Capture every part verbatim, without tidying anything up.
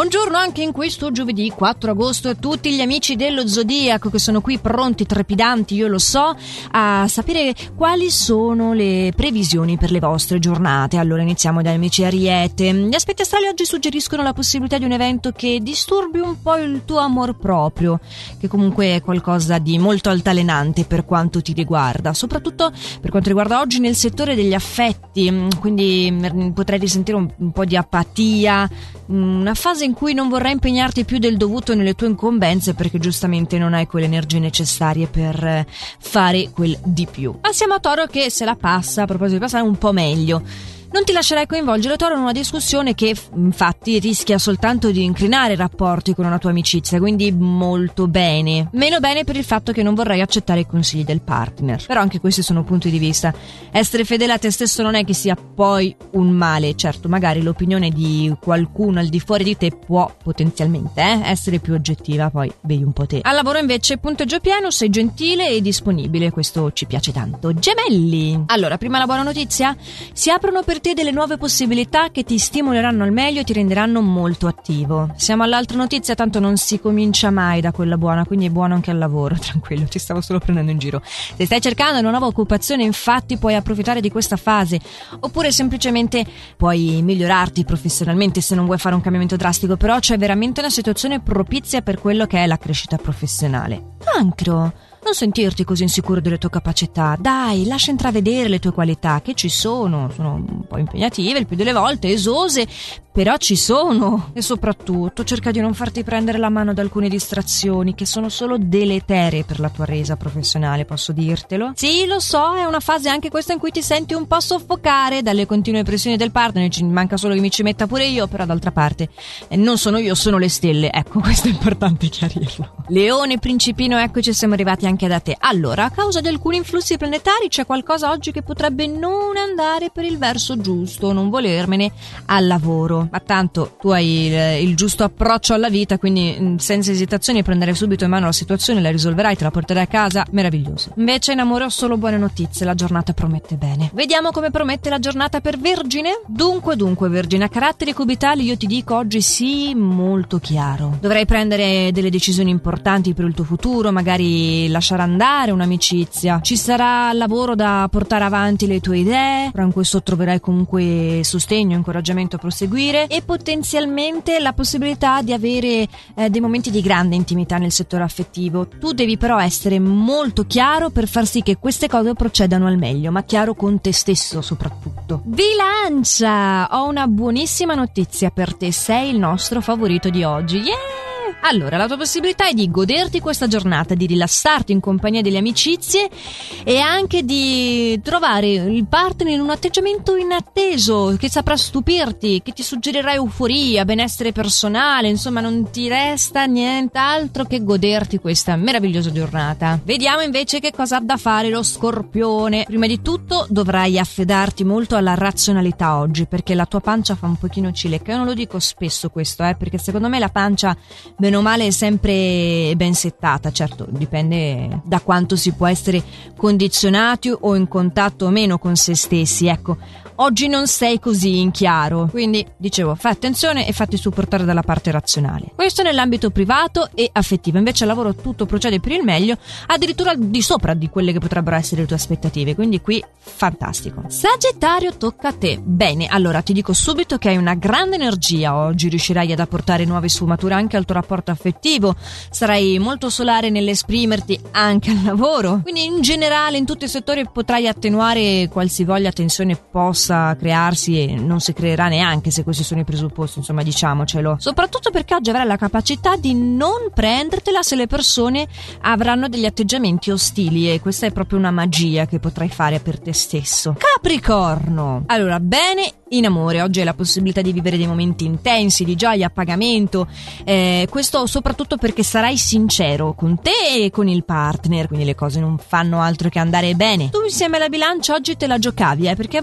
Buongiorno anche in questo giovedì quattro agosto a tutti gli amici dello Zodiaco che sono qui pronti, trepidanti, io lo so, a sapere quali sono le previsioni per le vostre giornate. Allora iniziamo dagli amici Ariete. Gli aspetti astrali oggi suggeriscono la possibilità di un evento che disturbi un po' il tuo amor proprio, che comunque è qualcosa di molto altalenante per quanto ti riguarda, soprattutto per quanto riguarda oggi nel settore degli affetti, quindi potrai risentire un, un po' di apatia, una fase in cui non vorrai impegnarti più del dovuto nelle tue incombenze perché giustamente non hai quelle energie necessarie per fare quel di più. Passiamo a Toro che se la passa, a proposito di passare, un po' meglio. Non ti lascerai coinvolgere, Toro, in una discussione che infatti rischia soltanto di incrinare i rapporti con una tua amicizia, quindi molto bene. Meno bene per il fatto che non vorrai accettare i consigli del partner. Però anche questi sono punti di vista. Essere fedele a te stesso non è che sia poi un male. Certo, magari l'opinione di qualcuno al di fuori di te può potenzialmente eh, essere più oggettiva, poi vedi un po' te. Al lavoro invece punteggio pieno, sei gentile e disponibile, questo ci piace tanto. Gemelli! Allora, prima la buona notizia, si aprono per te delle nuove possibilità che ti stimoleranno al meglio e ti renderanno molto attivo. Siamo all'altra notizia, tanto non si comincia mai da quella buona, quindi è buono anche al lavoro, tranquillo, ti stavo solo prendendo in giro. Se stai cercando una nuova occupazione, infatti, puoi approfittare di questa fase, oppure semplicemente puoi migliorarti professionalmente se non vuoi fare un cambiamento drastico, però c'è veramente una situazione propizia per quello che è la crescita professionale. Cancro! Non sentirti così insicuro delle tue capacità, dai, lascia intravedere le tue qualità, che ci sono, sono un po' impegnative il più delle volte, esose, però ci sono. E soprattutto cerca di non farti prendere la mano da alcune distrazioni che sono solo deleterie per la tua resa professionale, posso dirtelo? Sì, lo so, è una fase anche questa in cui ti senti un po' soffocare dalle continue pressioni del partner, ci manca solo che mi ci metta pure io, però d'altra parte eh, non sono io, sono le stelle, ecco, questo è importante chiarirlo. Leone, Principino, eccoci, siamo arrivati anche da te. Allora, a causa di alcuni influssi planetari c'è qualcosa oggi che potrebbe non andare per il verso giusto, non volermene al lavoro, ma tanto tu hai il, il giusto approccio alla vita, quindi senza esitazioni prenderai subito in mano la situazione, la risolverai, te la porterai a casa, meraviglioso. Invece in amore ho solo buone notizie, la giornata promette bene. Vediamo come promette la giornata per Vergine. Dunque dunque Vergine, a caratteri cubitali io ti dico oggi sì, molto chiaro. Dovrai prendere delle decisioni importanti per il tuo futuro, magari lasciare andare un'amicizia, ci sarà lavoro da portare avanti le tue idee, però in questo troverai comunque sostegno, incoraggiamento a proseguire e potenzialmente la possibilità di avere eh, dei momenti di grande intimità nel settore affettivo. Tu devi però essere molto chiaro per far sì che queste cose procedano al meglio, ma chiaro con te stesso soprattutto. Bilancia, ho una buonissima notizia per te, sei il nostro favorito di oggi. Yeah! Allora, la tua possibilità è di goderti questa giornata, di rilassarti in compagnia delle amicizie e anche di trovare il partner in un atteggiamento inatteso che saprà stupirti, che ti suggerirà euforia, benessere personale, insomma non ti resta nient'altro che goderti questa meravigliosa giornata. Vediamo invece che cosa ha da fare lo Scorpione. Prima di tutto dovrai affidarti molto alla razionalità oggi, perché la tua pancia fa un pochino cilecca. Io non lo dico spesso questo, eh, perché secondo me la pancia bene o male è sempre ben settata, certo dipende da quanto si può essere condizionati o in contatto o meno con se stessi, ecco. Oggi non sei così in chiaro, quindi dicevo fai attenzione e fatti supportare dalla parte razionale. Questo nell'ambito privato e affettivo, invece al lavoro tutto procede per il meglio, addirittura di sopra di quelle che potrebbero essere le tue aspettative, quindi qui fantastico. Sagittario, tocca a te. Bene, allora ti dico subito che hai una grande energia oggi, riuscirai ad apportare nuove sfumature anche al tuo rapporto affettivo, sarai molto solare nell'esprimerti anche al lavoro, quindi in generale in tutti i settori potrai attenuare qualsivoglia tensione possa crearsi e non si creerà neanche se questi sono i presupposti, insomma diciamocelo, soprattutto perché oggi avrai la capacità di non prendertela se le persone avranno degli atteggiamenti ostili e questa è proprio una magia che potrai fare per te stesso. Capricorno, allora bene in amore, oggi hai la possibilità di vivere dei momenti intensi, di gioia, appagamento, eh, questo soprattutto perché sarai sincero con te e con il partner, quindi le cose non fanno altro che andare bene. Tu insieme alla Bilancia oggi te la giocavi, eh, perché è una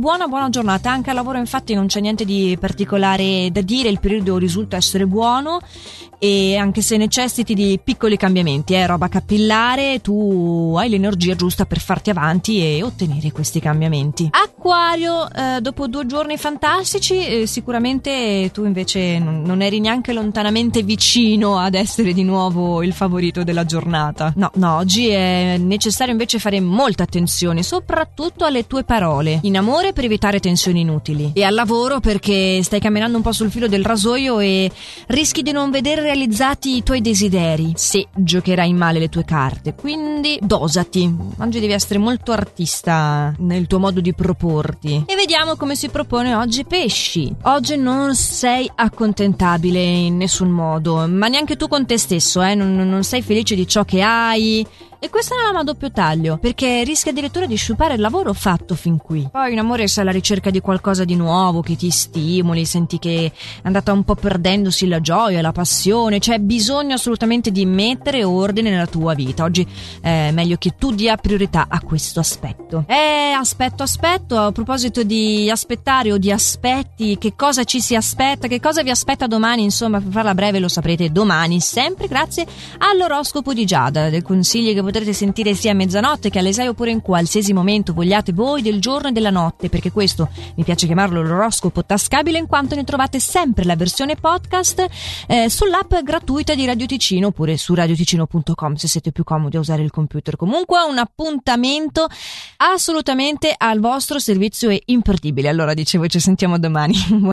buona buona giornata. Anche al lavoro infatti non c'è niente di particolare da dire, il periodo risulta essere buono, e anche se necessiti di piccoli cambiamenti, eh, roba capillare, tu hai l'energia giusta per farti avanti e ottenere questi cambiamenti. Acquario, eh, dopo due giorni fantastici, eh, sicuramente tu invece non, non eri neanche lontanamente vicino ad essere di nuovo il favorito della giornata. No, no, oggi è necessario invece fare molta attenzione, soprattutto alle tue parole. In amore per evitare tensioni inutili, e al lavoro perché stai camminando un po' sul filo del rasoio e rischi di non vedere realizzati i tuoi desideri se giocherai male le tue carte, quindi dosati. Oggi devi essere molto artista nel tuo modo di proporti. E vediamo come si propone oggi Pesci. Oggi non sei accontentabile in nessun modo, ma neanche tu con te stesso, eh? non, non sei felice di ciò che hai. E questa è una lama a doppio taglio, perché rischia addirittura di sciupare il lavoro fatto fin qui. Poi in amore sei alla ricerca di qualcosa di nuovo che ti stimoli, senti che è andata un po' perdendosi la gioia, la passione, c'è bisogno assolutamente di mettere ordine nella tua vita. Oggi è meglio che tu dia priorità a questo aspetto. Eh, aspetto, aspetto, a proposito di aspettare o di aspetti, che cosa ci si aspetta, che cosa vi aspetta domani, insomma, per farla breve lo saprete domani, sempre grazie all'oroscopo di Giada, dei consigli che potrete sentire sia a mezzanotte che alle sei, oppure in qualsiasi momento vogliate voi del giorno e della notte, perché questo mi piace chiamarlo l'oroscopo tascabile, in quanto ne trovate sempre la versione podcast eh, sull'app gratuita di Radio Ticino, oppure su radioticino punto com se siete più comodi a usare il computer. Comunque un appuntamento assolutamente al vostro servizio e imperdibile. Allora dicevo, ci sentiamo domani.